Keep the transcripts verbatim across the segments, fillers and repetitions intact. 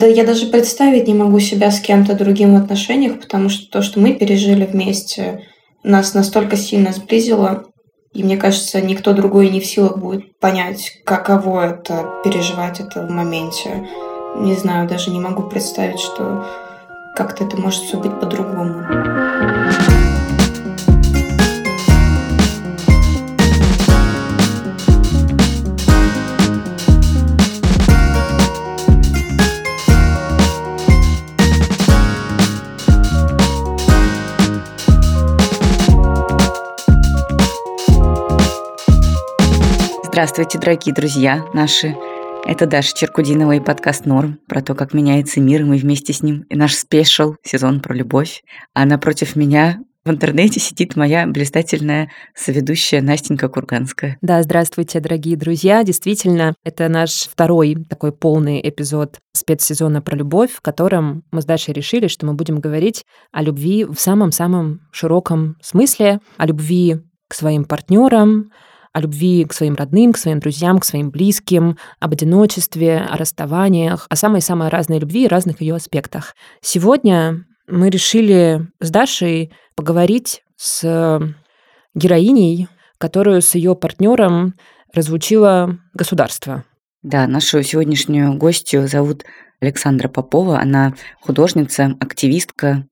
Да я даже представить не могу себя с кем-то другим в отношениях, потому что то, что мы пережили вместе, нас настолько сильно сблизило. И мне кажется, никто другой не в силах будет понять, каково это переживать это в моменте. Не знаю, даже не могу представить, что как-то это может все быть по-другому. Здравствуйте, дорогие друзья наши. Это Даша Черкудинова и подкаст «Норм» про то, как меняется мир, и мы вместе с ним. И наш спешл, сезон про любовь. А напротив меня в интернете сидит моя блистательная соведущая Настенька Курганская. Да, здравствуйте, дорогие друзья. Действительно, это наш второй такой полный эпизод спецсезона про любовь, в котором мы с Дашей решили, что мы будем говорить о любви в самом-самом широком смысле, о любви к своим партнерам, о любви к своим родным, к своим друзьям, к своим близким, об одиночестве, о расставаниях, о самой-самой разной любви и разных ее аспектах. Сегодня мы решили с Дашей поговорить с героиней, которую с ее партнером разлучило государство. Да, нашу сегодняшнюю гостью зовут Александра Попова. Она художница, активистка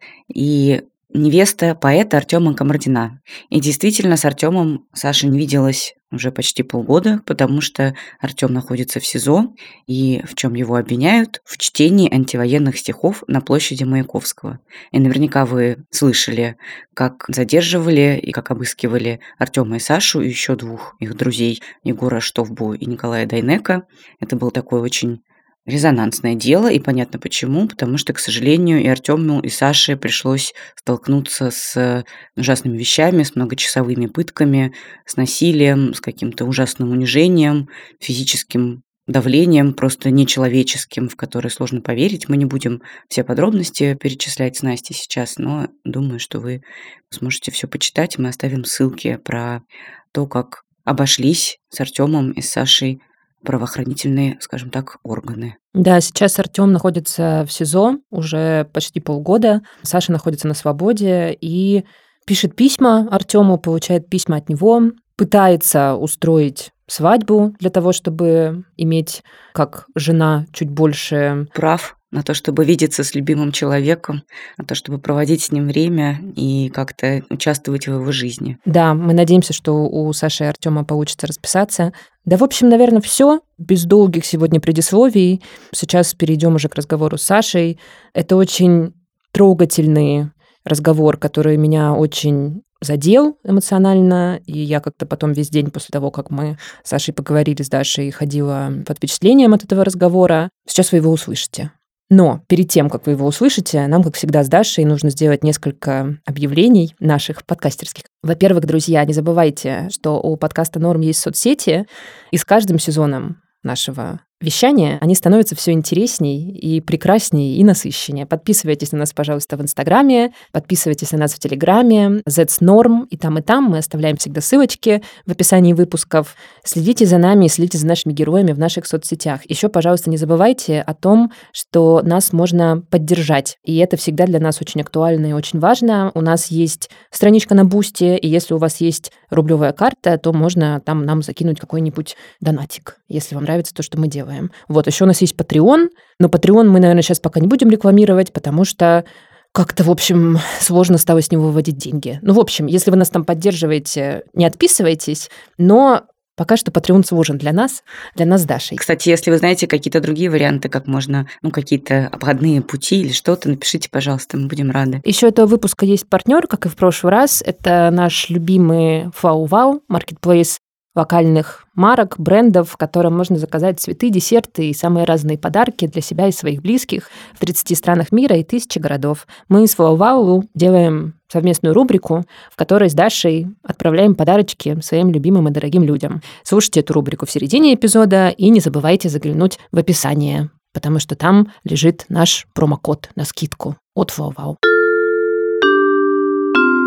и невеста поэта Артема Камардина. И действительно, с Артемом Саша не виделась уже почти полгода, потому что Артем находится в СИЗО, и в чем его обвиняют? В чтении антивоенных стихов на площади Маяковского. И наверняка вы слышали, как задерживали и как обыскивали Артема и Сашу, и еще двух их друзей, Егора Штовбу и Николая Дайнека. Это был такой очень резонансное дело, и понятно почему, потому что, к сожалению, и Артему, и Саше пришлось столкнуться с ужасными вещами, с многочасовыми пытками, с насилием, с каким-то ужасным унижением, физическим давлением, просто нечеловеческим, в которое сложно поверить. Мы не будем все подробности перечислять с Настей сейчас, но думаю, что вы сможете все почитать. Мы оставим ссылки про то, как обошлись с Артемом и с Сашей правоохранительные, скажем так, органы. Да, сейчас Артем находится в СИЗО уже почти полгода. Саша находится на свободе и пишет письма Артему, получает письма от него, пытается устроить свадьбу для того, чтобы иметь как жена чуть больше прав на то, чтобы видеться с любимым человеком, на то, чтобы проводить с ним время и как-то участвовать в его жизни. Да, мы надеемся, что у Саши и Артема получится расписаться. Да, в общем, наверное, все. Без долгих сегодня предисловий. Сейчас перейдем уже к разговору с Сашей. Это очень трогательный разговор, который меня очень задел эмоционально, и я как-то потом весь день после того, как мы с Сашей поговорили с Дашей, ходила под впечатлением от этого разговора. Сейчас вы его услышите. Но перед тем, как вы его услышите, нам, как всегда, с Дашей нужно сделать несколько объявлений наших подкастерских. Во-первых, друзья, не забывайте, что у подкаста «Норм» есть соцсети, и с каждым сезоном нашего вещания они становятся все интересней и прекрасней и насыщеннее. Подписывайтесь на нас, пожалуйста, в Инстаграме, подписывайтесь на нас в Телеграме, That's Norm, и там, и там мы оставляем всегда ссылочки в описании выпусков. Следите за нами и следите за нашими героями в наших соцсетях. Еще, пожалуйста, не забывайте о том, что нас можно поддержать, и это всегда для нас очень актуально и очень важно. У нас есть страничка на Бусти, и если у вас есть рублевая карта, то можно там нам закинуть какой-нибудь донатик, если вам нравится то, что мы делаем. Вот, еще у нас есть Patreon, но Patreon мы, наверное, сейчас пока не будем рекламировать, потому что как-то, в общем, сложно стало с него выводить деньги. Ну, в общем, если вы нас там поддерживаете, не отписывайтесь, но пока что Patreon сложен для нас, для нас с Дашей. Кстати, если вы знаете какие-то другие варианты, как можно, ну, какие-то обходные пути или что-то, напишите, пожалуйста, мы будем рады. Еще этого выпуска есть партнер, как и в прошлый раз. Это наш любимый Фау-Вау, маркетплейс локальных марок, брендов, в котором можно заказать цветы, десерты и самые разные подарки для себя и своих близких в тридцати странах мира и тысячи городов. Мы с Фау-Вау делаем совместную рубрику, в которой с Дашей отправляем подарочки своим любимым и дорогим людям. Слушайте эту рубрику в середине эпизода и не забывайте заглянуть в описание, потому что там лежит наш промокод на скидку от Фау-Вау.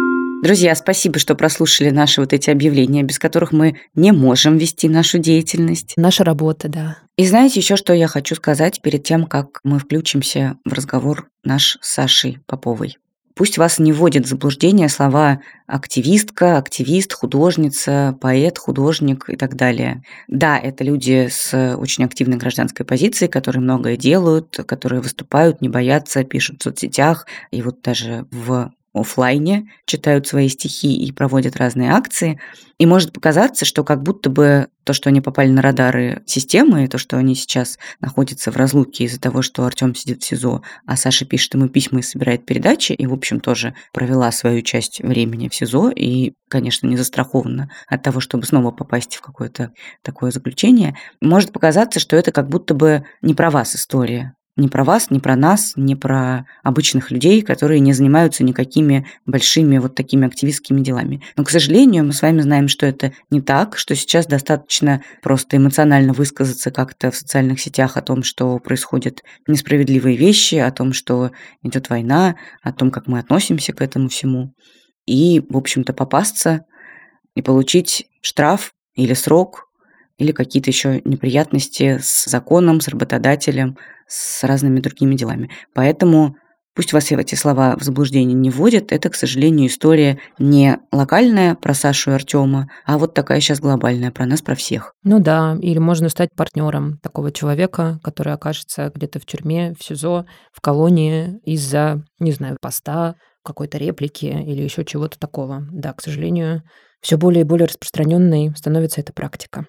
Друзья, спасибо, что прослушали наши вот эти объявления, без которых мы не можем вести нашу деятельность. Наша работа, да. И знаете еще, что я хочу сказать перед тем, как мы включимся в разговор наш с Сашей Поповой. Пусть вас не вводят в заблуждение слова активистка, активист, художница, поэт, художник и так далее. Да, это люди с очень активной гражданской позицией, которые многое делают, которые выступают, не боятся, пишут в соцсетях и вот даже в офлайне читают свои стихи и проводят разные акции. И может показаться, что как будто бы то, что они попали на радары системы, то, что они сейчас находятся в разлуке из-за того, что Артём сидит в СИЗО, а Саша пишет ему письма и собирает передачи, и, в общем, тоже провела свою часть времени в СИЗО и, конечно, не застрахована от того, чтобы снова попасть в какое-то такое заключение, может показаться, что это как будто бы не про вас история. Не про вас, не про нас, не про обычных людей, которые не занимаются никакими большими вот такими активистскими делами. Но, к сожалению, мы с вами знаем, что это не так, что сейчас достаточно просто эмоционально высказаться как-то в социальных сетях о том, что происходят несправедливые вещи, о том, что идет война, о том, как мы относимся к этому всему. И, в общем-то, попасться и получить штраф или срок, или какие-то еще неприятности с законом, с работодателем, с разными другими делами. Поэтому пусть вас эти слова в заблуждение не вводят. Это, к сожалению, история не локальная про Сашу и Артёма, а вот такая сейчас глобальная, про нас, про всех. Ну да, или можно стать партнером такого человека, который окажется где-то в тюрьме, в СИЗО, в колонии из-за, не знаю, поста, какой-то реплики или еще чего-то такого. Да, к сожалению, все более и более распространенной становится эта практика.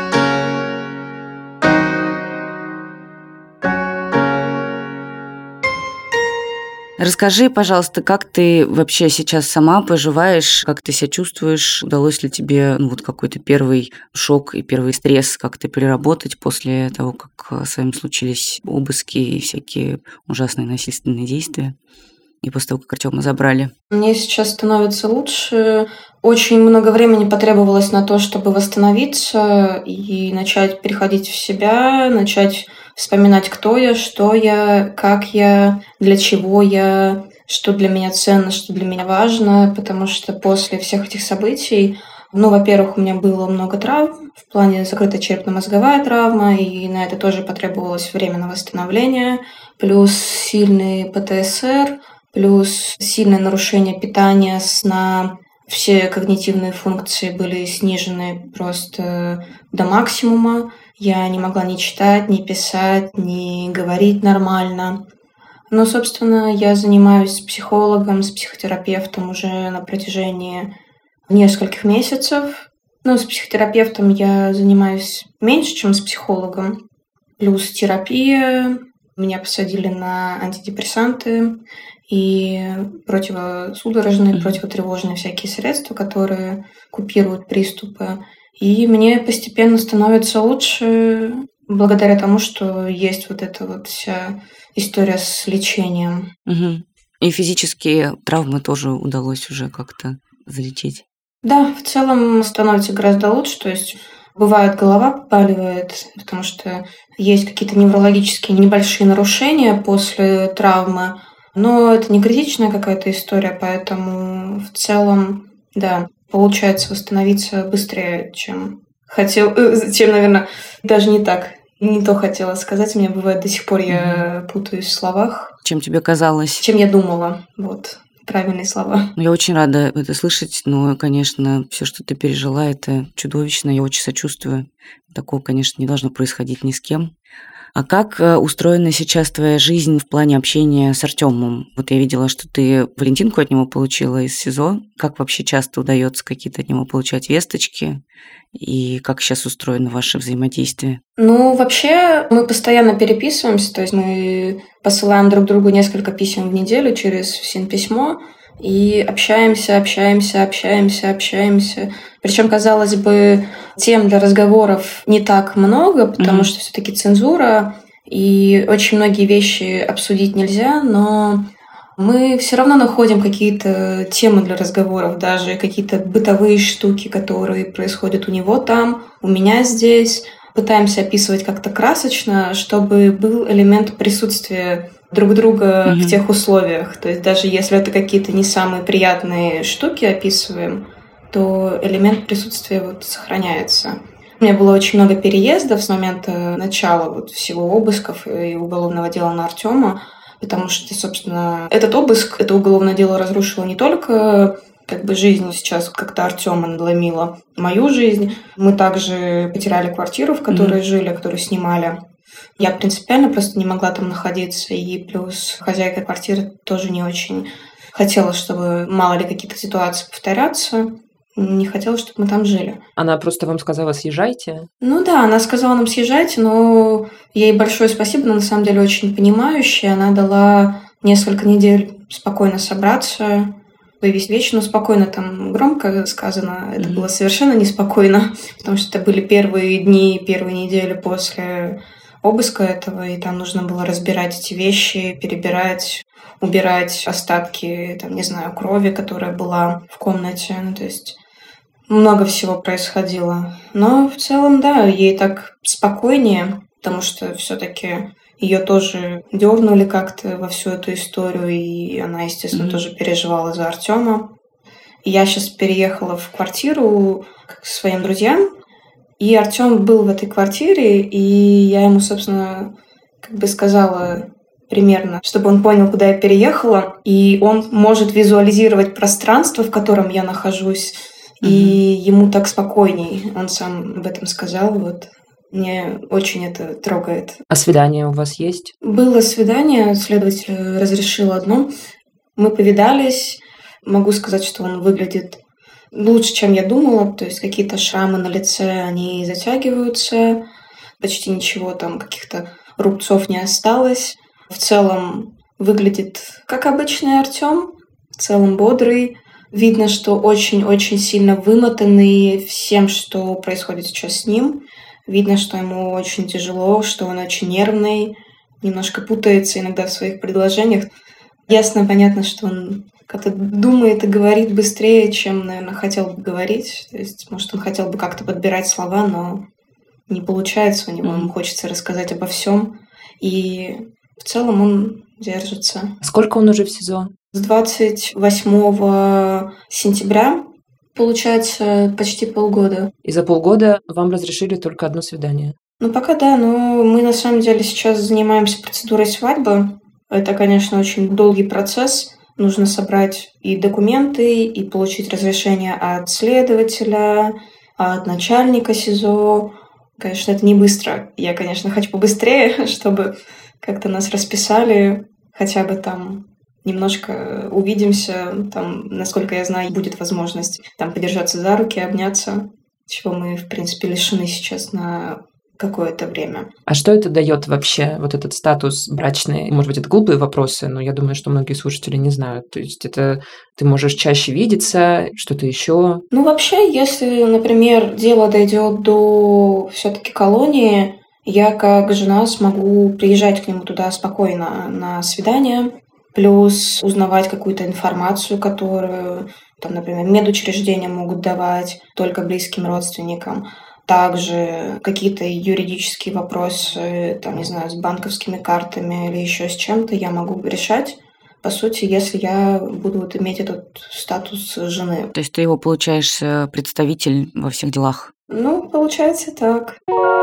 Расскажи, пожалуйста, как ты вообще сейчас сама поживаешь, как ты себя чувствуешь? Удалось ли тебе ну, вот какой-то первый шок и первый стресс как-то переработать после того, как с вами случились обыски и всякие ужасные насильственные действия? И после того, как Артёма забрали? Мне сейчас становится лучше. Очень много времени потребовалось на то, чтобы восстановиться и начать переходить в себя, начать вспоминать, кто я, что я, как я, для чего я, что для меня ценно, что для меня важно, потому что после всех этих событий, ну, во-первых, у меня было много травм, в плане закрытая черепно-мозговая травма, и на это тоже потребовалось время на восстановление, плюс сильный ПТСР, плюс сильное нарушение питания, сна. Все когнитивные функции были снижены просто до максимума. Я не могла ни читать, ни писать, ни говорить нормально. Но, собственно, я занимаюсь с психологом, с психотерапевтом уже на протяжении нескольких месяцев. Ну, с психотерапевтом я занимаюсь меньше, чем с психологом. Плюс терапия. Меня посадили на антидепрессанты и противосудорожные, mm-hmm. противотревожные всякие средства, которые купируют приступы. И мне постепенно становится лучше благодаря тому, что есть вот эта вот вся история с лечением. Угу. И физические травмы тоже удалось уже как-то залечить? Да, в целом становится гораздо лучше. То есть бывает, голова побаливает, потому что есть какие-то неврологические небольшие нарушения после травмы, но это не критичная какая-то история, поэтому в целом, да, получается восстановиться быстрее, чем хотел, чем, наверное, даже не так. Не то хотела сказать, у меня бывает до сих пор я путаюсь в словах. Чем тебе казалось? Чем я думала, вот, правильные слова. Я очень рада это слышать, но, конечно, все, что ты пережила, это чудовищно, я очень сочувствую. Такого, конечно, не должно происходить ни с кем. А как устроена сейчас твоя жизнь в плане общения с Артёмом? Вот я видела, что ты Валентинку от него получила из СИЗО. Как вообще часто удается какие-то от него получать весточки? И как сейчас устроено ваше взаимодействие? Ну, вообще, мы постоянно переписываемся, то есть мы посылаем друг другу несколько писем в неделю через СИН-письмо и общаемся, общаемся, общаемся, общаемся. Причем, казалось бы, тем для разговоров не так много, потому mm-hmm. что все-таки цензура, и очень многие вещи обсудить нельзя, но мы все равно находим какие-то темы для разговоров, даже какие-то бытовые штуки, которые происходят у него там, у меня здесь. пытаемся описывать как-то красочно, чтобы был элемент присутствия друг друга mm-hmm. в тех условиях. То есть даже если это какие-то не самые приятные штуки описываем, то элемент присутствия вот сохраняется. У меня было очень много переездов с момента начала вот всего обысков и уголовного дела на Артема, потому что, собственно, этот обыск, это уголовное дело разрушило не только как бы жизнь сейчас как-то Артема надломила, мою жизнь. Мы также потеряли квартиру, в которой mm-hmm. жили, которую снимали. Я принципиально просто не могла там находиться, и плюс хозяйка квартиры тоже не очень хотела, чтобы мало ли какие-то ситуации повторятся. Не хотела, чтобы мы там жили. Она просто вам сказала: съезжайте? Ну да, она сказала нам: съезжайте, но ей большое спасибо, она на самом деле очень понимающая. Она дала несколько недель спокойно собраться, вывести вещи, но спокойно там громко сказано. Это mm-hmm. было совершенно неспокойно, потому что это были первые дни, первые недели после обыска этого, и там нужно было разбирать эти вещи, перебирать, убирать остатки, там, не знаю, крови, которая была в комнате. Ну, то есть много всего происходило. Но в целом, да, ей так спокойнее, потому что все-таки ее тоже дернули как-то во всю эту историю, и она, естественно, mm-hmm. тоже переживала за Артема. И я сейчас переехала в квартиру к своим друзьям, и Артем был в этой квартире, и я ему, собственно, как бы сказала примерно, чтобы он понял, куда я переехала, и он может визуализировать пространство, в котором я нахожусь, mm-hmm. и ему так спокойней. Он сам об этом сказал, вот. Мне очень это трогает. А свидание у вас есть? Было свидание, следователь разрешил одно. Мы повидались. Могу сказать, что он выглядит лучше, чем я думала. То есть какие-то шрамы на лице, они затягиваются. Почти ничего там, каких-то рубцов не осталось. В целом выглядит как обычный Артем. В целом бодрый. Видно, что очень-очень сильно вымотанный всем, что происходит сейчас с ним. Видно, что ему очень тяжело, что он очень нервный, немножко путается иногда в своих предложениях. Ясно, понятно, что он как-то думает и говорит быстрее, чем, наверное, хотел бы говорить. То есть, может, он хотел бы как-то подбирать слова, но не получается у него. Mm-hmm. Ему хочется рассказать обо всем. И в целом он держится. Сколько он уже в СИЗО? С двадцать восьмого сентября. Получается, почти полгода. И за полгода вам разрешили только одно свидание? Ну, пока да, но мы на самом деле сейчас занимаемся процедурой свадьбы. Это, конечно, очень долгий процесс. Нужно собрать и документы, и получить разрешение от следователя, от начальника СИЗО. Конечно, это не быстро. Я, конечно, хочу побыстрее, чтобы как-то нас расписали, хотя бы там немножко увидимся, там, насколько я знаю, будет возможность там подержаться за руки, обняться, чего мы, в принципе, лишены сейчас на какое-то время. А что это дает вообще, вот этот статус брачный? Может быть, это глупые вопросы, но я думаю, что многие слушатели не знают. То есть это ты можешь чаще видеться, что-то еще? Ну, вообще, если, например, дело дойдет до все-таки колонии, я как жена смогу приезжать к нему туда спокойно на свидание, плюс узнавать какую-то информацию, которую, там, например, медучреждения могут давать только близким родственникам. Также какие-то юридические вопросы, там, не знаю, с банковскими картами или еще с чем-то я могу решать, по сути, если я буду вот иметь этот статус жены. То есть ты его получаешь представитель во всех делах? Ну, получается так.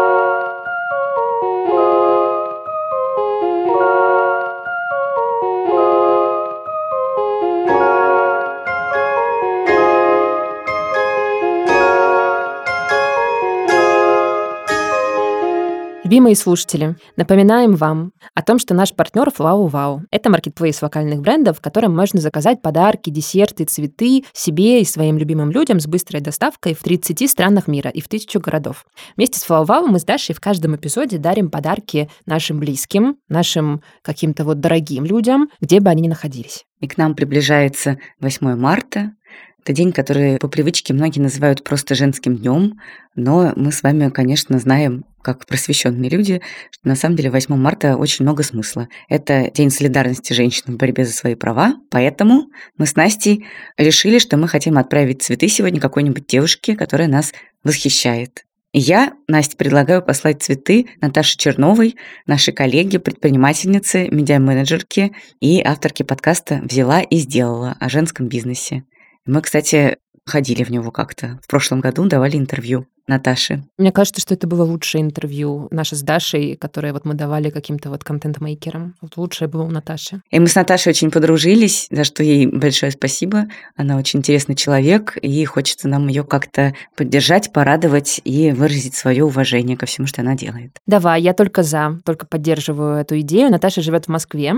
Любимые слушатели, напоминаем вам о том, что наш партнер Флау-Вау. Это маркетплейс локальных брендов, в котором можно заказать подарки, десерты, цветы себе и своим любимым людям с быстрой доставкой в тридцати странах мира и в тысячу городов. Вместе с Флау-Вау мы с Дашей в каждом эпизоде дарим подарки нашим близким, нашим каким-то вот дорогим людям, где бы они ни находились. И к нам приближается восьмое марта. Это день, который по привычке многие называют просто женским днем, но мы с вами, конечно, знаем, как просвещенные люди, что на самом деле восьмое марта очень много смысла. Это день солидарности женщин в борьбе за свои права, поэтому мы с Настей решили, что мы хотим отправить цветы сегодня какой-нибудь девушке, которая нас восхищает. Я, Настя, предлагаю послать цветы Наташе Черновой, нашей коллеге, предпринимательнице, медиа-менеджерке и авторке подкаста «Взяла и сделала» о женском бизнесе. Мы, кстати, ходили в него как-то. В прошлом году давали интервью Наташе. Мне кажется, что это было лучшее интервью наше с Дашей, которое вот мы давали каким-то вот контент-мейкерам. Вот лучшее было у Наташи. И мы с Наташей очень подружились, за что ей большое спасибо. Она очень интересный человек, и хочется нам ее как-то поддержать, порадовать и выразить свое уважение ко всему, что она делает. Давай, я только за, только поддерживаю эту идею. Наташа живет в Москве,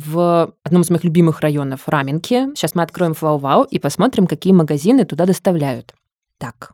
в одном из моих любимых районов, Раменке. Сейчас мы откроем Флау-Вау и посмотрим, какие магазины туда доставляют. Так.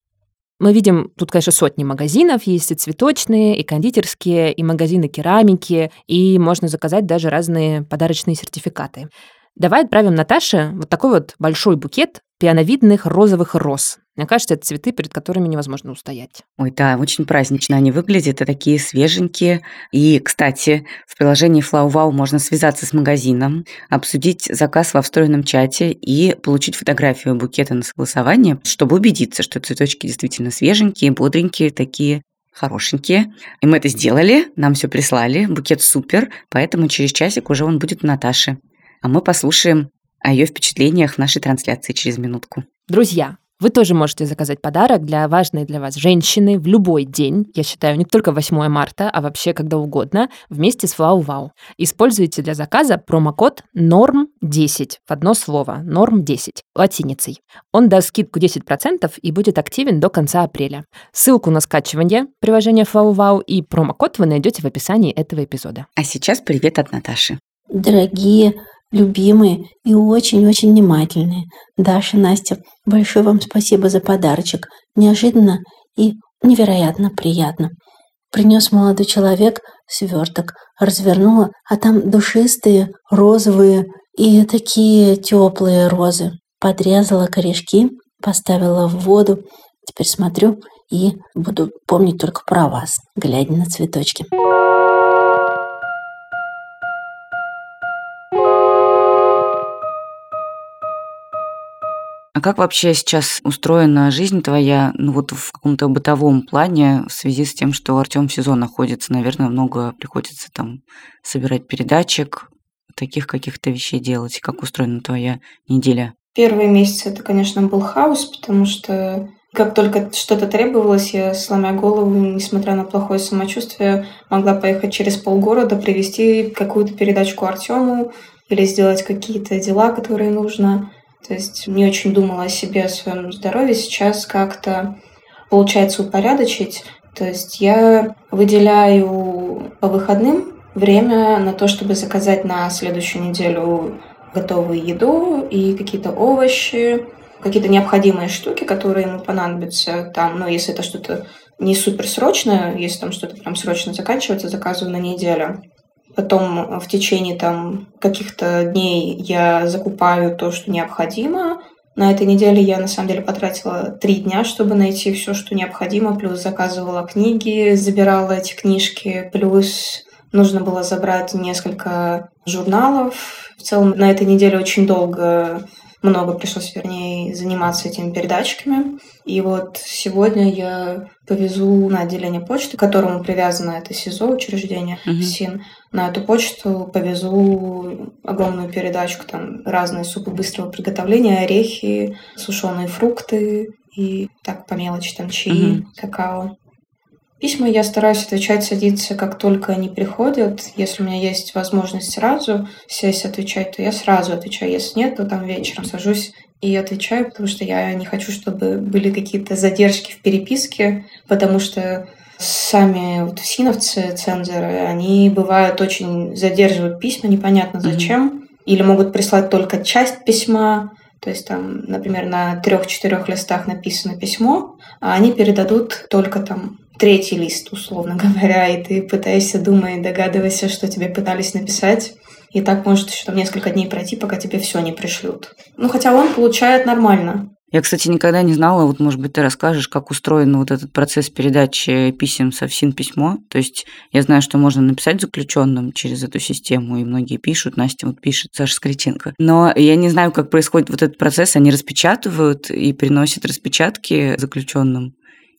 Мы видим, тут, конечно, сотни магазинов, есть и цветочные, и кондитерские, и магазины керамики, и можно заказать даже разные подарочные сертификаты. Давай отправим Наташе вот такой вот большой букет пионовидных розовых роз. Мне кажется, это цветы, перед которыми невозможно устоять. Ой, да, очень празднично они выглядят, и такие свеженькие. И, кстати, в приложении Флау-Вау можно связаться с магазином, обсудить заказ во встроенном чате и получить фотографию букета на согласование, чтобы убедиться, что цветочки действительно свеженькие, бодренькие, такие хорошенькие. И мы это сделали, нам все прислали, букет супер, поэтому через часик уже он будет у Наташи. А мы послушаем о ее впечатлениях в нашей трансляции через минутку. Друзья, вы тоже можете заказать подарок для важной для вас женщины в любой день, я считаю, не только восьмое марта, а вообще когда угодно, вместе с Флау-Вау. Используйте для заказа промокод норм десять в одно слово, норм десять, латиницей. Он даст скидку десять процентов и будет активен до конца апреля. Ссылку на скачивание приложения Флау-Вау и промокод вы найдете в описании этого эпизода. А сейчас привет от Наташи. Дорогие, любимые и очень-очень внимательные. Даша, Настя, большое вам спасибо за подарочек. Неожиданно и невероятно приятно. Принес молодой человек сверток, развернула, а там душистые, розовые и такие теплые розы. Подрезала корешки, поставила в воду. Теперь смотрю и буду помнить только про вас, глядя на цветочки. А как вообще сейчас устроена жизнь твоя, ну вот в каком-то бытовом плане в связи с тем, что Артём в СИЗО находится? Наверное, много приходится там собирать передатчик, таких каких-то вещей делать. Как устроена твоя неделя? Первые месяцы это, конечно, был хаос, потому что как только что-то требовалось, я, сломя голову, несмотря на плохое самочувствие, могла поехать через полгорода, привезти какую-то передачку Артёму или сделать какие-то дела, которые нужно. То есть не очень думала о себе, о своем здоровье. Сейчас как-то получается упорядочить. То есть я выделяю по выходным время на то, чтобы заказать на следующую неделю готовую еду и какие-то овощи, какие-то необходимые штуки, которые ему понадобятся. Там, ну, если это что-то не суперсрочное, если там что-то прям срочно заканчивается, заказываю на неделю. Потом в течение там каких-то дней я закупаю то, что необходимо. На этой неделе я, на самом деле, потратила три дня, чтобы найти все, что необходимо. Плюс заказывала книги, забирала эти книжки. Плюс нужно было забрать несколько журналов. В целом, на этой неделе очень долго, много пришлось, вернее, заниматься этими передатчиками. И вот сегодня я повезу на отделение почты, к которому привязано это СИЗО, учреждение Мгм. СИН. На эту почту повезу огромную передачку, там разные супы быстрого приготовления, орехи, сушеные фрукты и так по мелочи, там чаи, Мгм. какао. Письма я стараюсь отвечать, садиться, как только они приходят. Если у меня есть возможность сразу сесть отвечать, то я сразу отвечаю. Если нет, то там вечером сажусь и отвечаю, потому что я не хочу, чтобы были какие-то задержки в переписке, потому что сами вот синовцы, цензоры, они бывают очень задерживают письма, непонятно зачем, или могут прислать только часть письма. То есть там, например, на трех-четырех листах написано письмо, а они передадут только там третий лист, условно говоря, и ты пытаешься, думая, догадывайся, что тебе пытались написать. И так может еще там несколько дней пройти, пока тебе все не пришлют. Ну, хотя он получает нормально. Я, кстати, никогда не знала, вот, может быть, ты расскажешь, как устроен вот этот процесс передачи писем со ФСИН-письмо. То есть я знаю, что можно написать заключенным через эту систему, и многие пишут, Настя вот пишет, Саша Скритенко. Но я не знаю, как происходит вот этот процесс. Они распечатывают и приносят распечатки заключенным?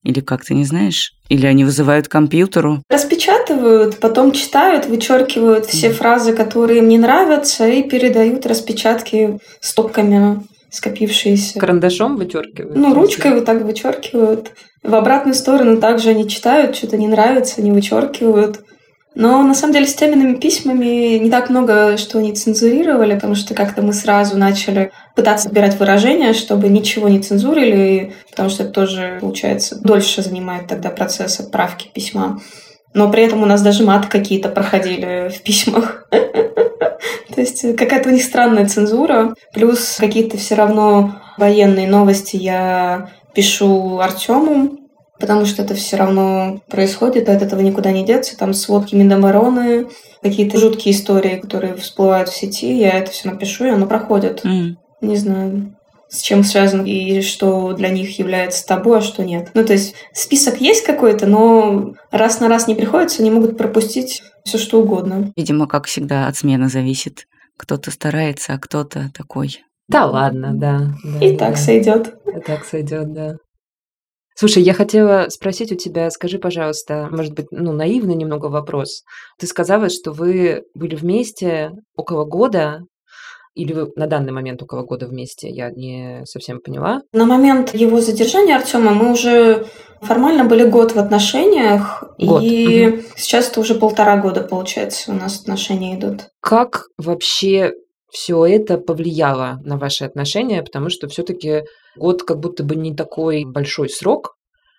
Или как, ты не знаешь? Или они вызывают к компьютеру? Распечатывают, потом читают, вычеркивают все фразы, которые им не нравятся, и передают распечатки стопками скопившиеся. Карандашом вычеркивают? Ну, ручкой вот так вычеркивают. В обратную сторону также они читают, что-то не нравится, они вычеркивают. Но на самом деле с теменными письмами не так много что они цензурировали, потому что как-то мы сразу начали пытаться подбирать выражения, чтобы ничего не цензурили, потому что это тоже, получается, дольше занимает тогда процесс отправки письма. Но при этом у нас даже маты какие-то проходили в письмах. То есть какая-то у них странная цензура. Плюс какие-то все равно военные новости я пишу Артему, потому что это все равно происходит, от этого никуда не деться. Там сводки Минобороны, какие-то жуткие истории, которые всплывают в сети, я это все напишу, и оно проходит. Mm. Не знаю, с чем связано и что для них является табу, а что нет. Ну, то есть список есть какой-то, но раз на раз не приходится, они могут пропустить все что угодно. Видимо, как всегда, от смены зависит. Кто-то старается, а кто-то такой. Да ладно, да. да и да, так да. сойдет. И так сойдет, да. Слушай, я хотела спросить у тебя, скажи, пожалуйста, может быть, ну, наивный немного вопрос. Ты сказала, что вы были вместе около года, или вы на данный момент около года вместе? Я не совсем поняла. На момент его задержания Артема мы уже формально были год в отношениях, год. И угу. Сейчас это уже полтора года, получается, у нас отношения идут. Как вообще все это повлияло на ваши отношения? Потому что все-таки год как будто бы не такой большой срок,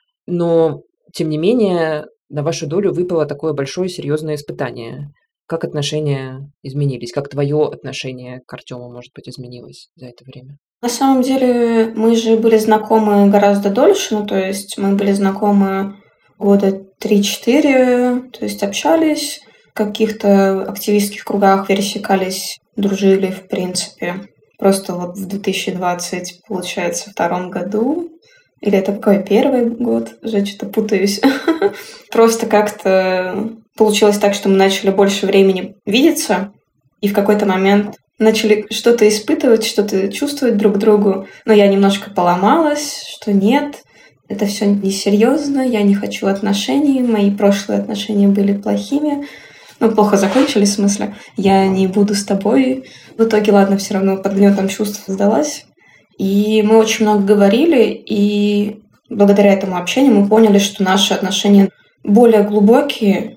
но, тем не менее, на вашу долю выпало такое большое серьезное испытание. Как отношения изменились? Как твое отношение к Артему, может быть, изменилось за это время? На самом деле, мы же были знакомы гораздо дольше, ну, то есть мы были знакомы года три-четыре, то есть общались в каких-то активистских кругах, пересекались, дружили, в принципе. Просто вот в две тысячи двадцать, получается, втором году, или это какой первый год, уже что-то путаюсь, просто как-то получилось так, что мы начали больше времени видеться, и в какой-то момент начали что-то испытывать, что-то чувствовать друг другу. Но я немножко поломалась, что нет, это все несерьезно, я не хочу отношений, мои прошлые отношения были плохими, ну, плохо закончились, в смысле, я не буду с тобой. В итоге, ладно, все равно под гнетом чувств сдалась. И мы очень много говорили, и благодаря этому общению мы поняли, что наши отношения более глубокие,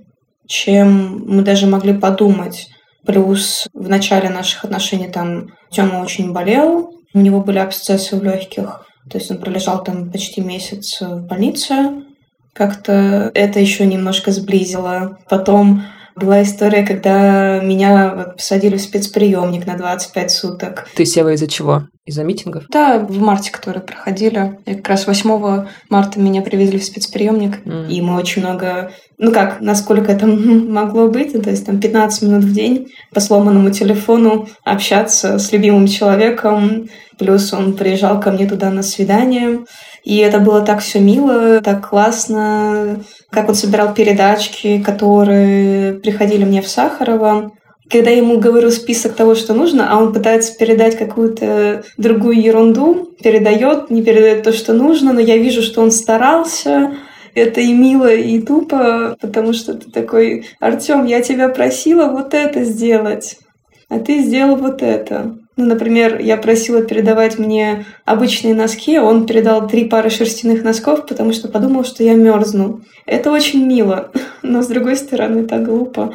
чем мы даже могли подумать. Плюс в начале наших отношений там Тёма очень болел, у него были абсцессы в легких, то есть он пролежал там почти месяц в больнице. Как-то это еще немножко сблизило. Потом была история, когда меня посадили в спецприемник на двадцать пять суток. Ты села из-за чего? Из-за митингов? Да, в марте, которые проходили. И как раз восьмого марта меня привезли в спецприемник, mm. и мы очень много... Ну как, насколько это могло быть, то есть там пятнадцать минут в день по сломанному телефону общаться с любимым человеком, плюс он приезжал ко мне туда на свидание, и это было так все мило, так классно, как он собирал передачки, которые приходили мне в Сахарово. Когда я ему говорю список того, что нужно, а он пытается передать какую-то другую ерунду, передает, не передает то, что нужно, но я вижу, что он старался. Это и мило, и тупо, потому что ты такой: Артём, я тебя просила вот это сделать, а ты сделал вот это. Ну, например, я просила передавать мне обычные носки, а он передал три пары шерстяных носков, потому что подумал, что я мерзну. Это очень мило, но, с другой стороны, так глупо.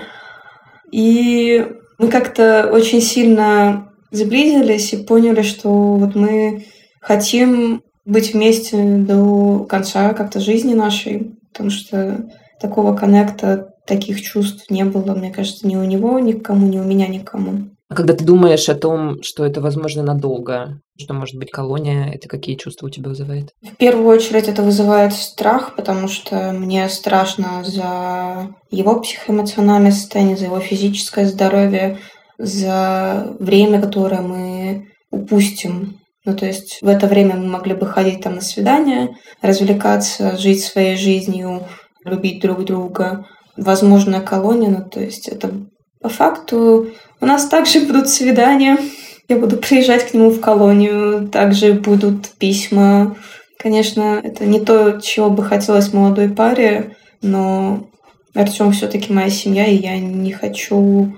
И мы как-то очень сильно сблизились и поняли, что вот мы хотим быть вместе до конца как-то жизни нашей, потому что такого коннекта, таких чувств не было, мне кажется, ни у него никому, ни у меня никому. А когда ты думаешь о том, что это возможно надолго, что может быть колония, это какие чувства у тебя вызывает? В первую очередь это вызывает страх, потому что мне страшно за его психоэмоциональное состояние, за его физическое здоровье, за время, которое мы упустим. Ну, то есть в это время мы могли бы ходить там на свидания, развлекаться, жить своей жизнью, любить друг друга. Возможно, колония, ну, то есть это по факту у нас также будут свидания. Я буду приезжать к нему в колонию, также будут письма, Конечно, это не то, чего бы хотелось молодой паре, но Артём все-таки моя семья, и я не хочу...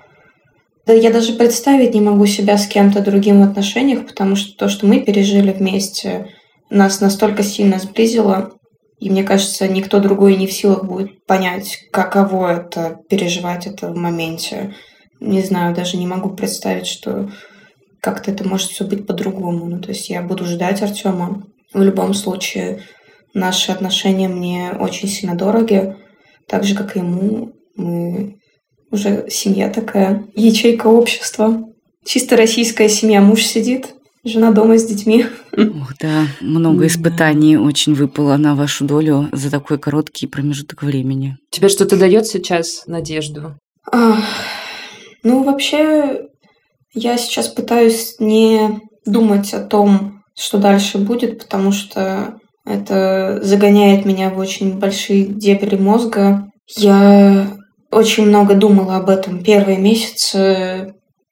Да я даже представить не могу себя с кем-то другим в отношениях, потому что то, что мы пережили вместе, нас настолько сильно сблизило, и мне кажется, никто другой не в силах будет понять, каково это, переживать это в моменте. Не знаю, даже не могу представить, что как-то это может все быть по-другому. Ну, то есть я буду ждать Артёма. В любом случае, наши отношения мне очень сильно дороги, так же, как и ему. Мы уже семья такая, ячейка общества. Чисто российская семья. Муж сидит, жена дома с детьми. Ух, да, много Да. испытаний очень выпало на вашу долю за такой короткий промежуток времени. Тебе что-то дает сейчас надежду? Ах, ну, вообще, я сейчас пытаюсь не думать о том, что дальше будет, потому что это загоняет меня в очень большие дебри мозга. Я очень много думала об этом первые месяцы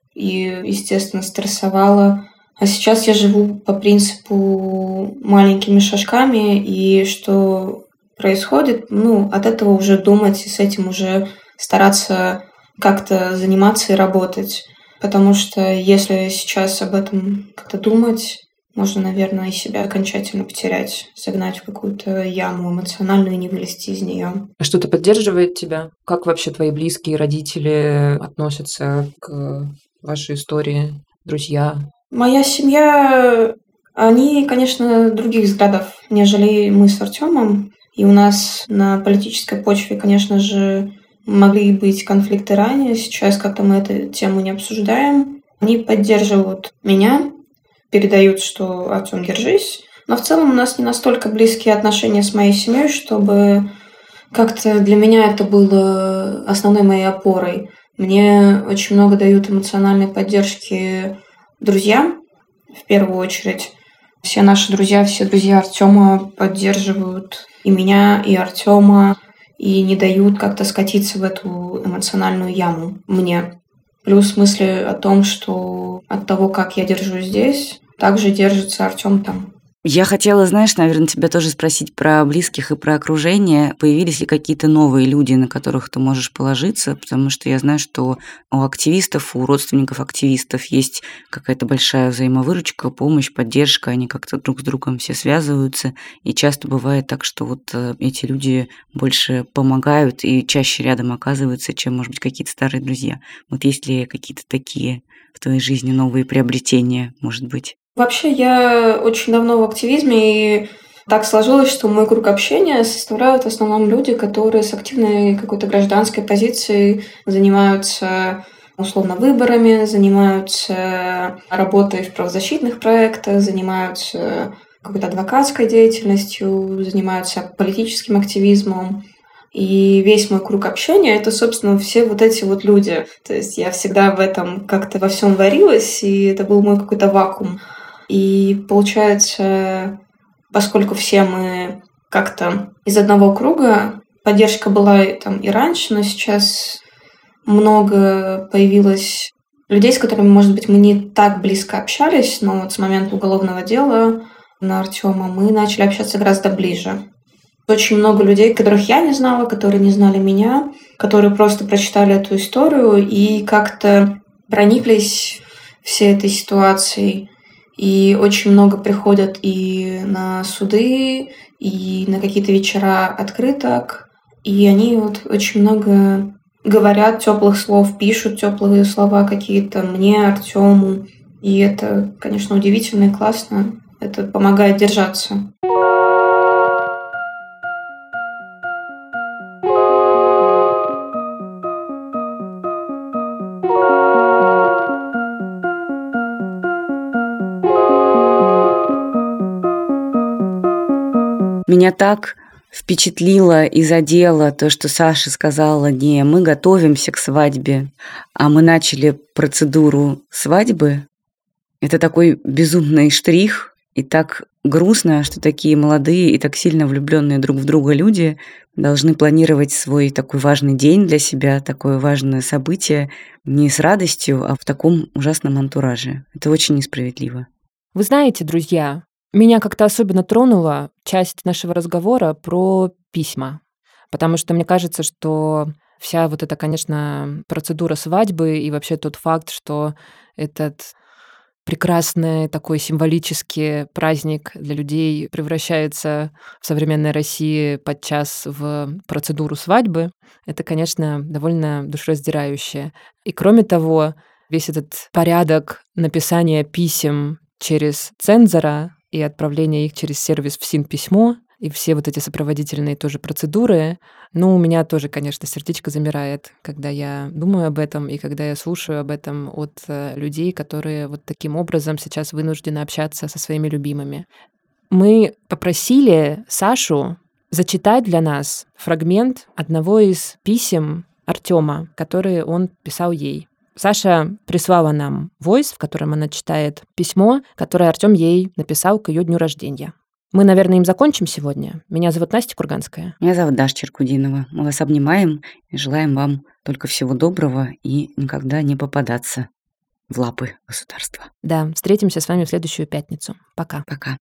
и, естественно, стрессовала. А сейчас я живу по принципу маленькими шажками, и что происходит, ну, от этого уже думать и с этим уже стараться как-то заниматься и работать. Потому что если сейчас об этом как-то думать, можно, наверное, и себя окончательно потерять, загнать в какую-то яму эмоциональную и не вылезти из нее. А что-то поддерживает тебя? Как вообще твои близкие, родители относятся к вашей истории, друзья? Моя семья, они, конечно, других взглядов, нежели мы с Артёмом. И у нас на политической почве, конечно же, могли быть конфликты ранее. Сейчас как-то мы эту тему не обсуждаем. Они поддерживают меня, передают, что Артём, держись. Но в целом у нас не настолько близкие отношения с моей семьей, чтобы как-то для меня это было основной моей опорой. Мне очень много дают эмоциональной поддержки друзья, в первую очередь. Все наши друзья, все друзья Артёма поддерживают и меня, и Артёма, и не дают как-то скатиться в эту эмоциональную яму мне. Плюс мысли о том, что от того, как я держусь здесь, также держится Артём там. Я хотела, знаешь, наверное, тебя тоже спросить про близких и про окружение. Появились ли какие-то новые люди, на которых ты можешь положиться? Потому что я знаю, что у активистов, у родственников активистов есть какая-то большая взаимовыручка, помощь, поддержка. Они как-то друг с другом все связываются. И часто бывает так, что вот эти люди больше помогают и чаще рядом оказываются, чем, может быть, какие-то старые друзья. Вот есть ли какие-то такие в твоей жизни новые приобретения, может быть? Вообще, я очень давно в активизме, и так сложилось, что мой круг общения составляют в основном люди, которые с активной какой-то гражданской позицией занимаются условно выборами, занимаются работой в правозащитных проектах, занимаются какой-то адвокатской деятельностью, занимаются политическим активизмом. И весь мой круг общения — это, собственно, все вот эти вот люди. То есть я всегда в этом как-то во всем варилась, и это был мой какой-то вакуум. И получается, поскольку все мы как-то из одного круга, поддержка была там и раньше, но сейчас много появилось людей, с которыми, может быть, мы не так близко общались, но вот с момента уголовного дела на Артёма мы начали общаться гораздо ближе. Очень много людей, которых я не знала, которые не знали меня, которые просто прочитали эту историю и как-то прониклись всей этой ситуацией. И очень много приходят и на суды, и на какие-то вечера открыток. И они вот очень много говорят теплых слов, пишут теплые слова какие-то мне, Артёму. И это, конечно, удивительно и классно. Это помогает держаться. Меня так впечатлило и задело то, что Саша сказала: не, мы готовимся к свадьбе, а мы начали процедуру свадьбы. Это такой безумный штрих, и так грустно, что такие молодые и так сильно влюбленные друг в друга люди должны планировать свой такой важный день для себя, такое важное событие не с радостью, а в таком ужасном антураже. Это очень несправедливо. Вы знаете, друзья, Меня как-то особенно тронула часть нашего разговора про письма, потому что мне кажется, что вся вот эта, конечно, процедура свадьбы и вообще тот факт, что этот прекрасный такой символический праздник для людей превращается в современной России подчас в процедуру свадьбы, это, конечно, довольно душераздирающе. И кроме того, весь этот порядок написания писем через цензора и отправления их через сервис в СИН-письмо, и все вот эти сопроводительные тоже процедуры, ну, у меня тоже, конечно, сердечко замирает, когда я думаю об этом и когда я слушаю об этом от людей, которые вот таким образом сейчас вынуждены общаться со своими любимыми. Мы попросили Сашу зачитать для нас фрагмент одного из писем Артёма, которые он писал ей. Саша прислала нам войс, в котором она читает письмо, которое Артём ей написал к ее дню рождения. Мы, наверное, им закончим сегодня. Меня зовут Настя Курганская. Меня зовут Даша Черкудинова. Мы вас обнимаем и желаем вам только всего доброго и никогда не попадаться в лапы государства. Да, встретимся с вами в следующую пятницу. Пока. Пока.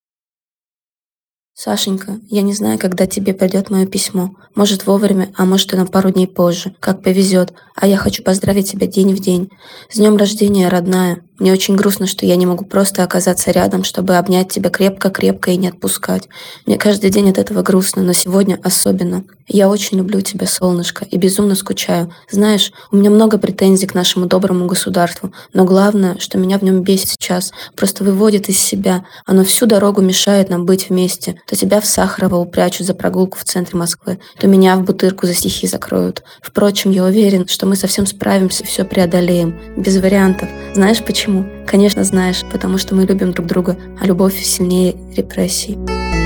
Сашенька, я не знаю, когда тебе придет мое письмо. Может, вовремя, а может и на пару дней позже. Как повезет. А я хочу поздравить тебя день в день. С днем рождения, родная. Мне очень грустно, что я не могу просто оказаться рядом, чтобы обнять тебя крепко-крепко и не отпускать. Мне каждый день от этого грустно, но сегодня особенно. Я очень люблю тебя, солнышко, и безумно скучаю. Знаешь, у меня много претензий к нашему доброму государству, но главное, что меня в нем бесит сейчас, просто выводит из себя. Оно всю дорогу мешает нам быть вместе. То тебя в Сахарово упрячут за прогулку в центре Москвы, то меня в Бутырку за стихи закроют. Впрочем, я уверен, что мы совсем справимся и все преодолеем. Без вариантов. Знаешь почему? Конечно, знаешь, потому что мы любим друг друга, а любовь сильнее репрессий.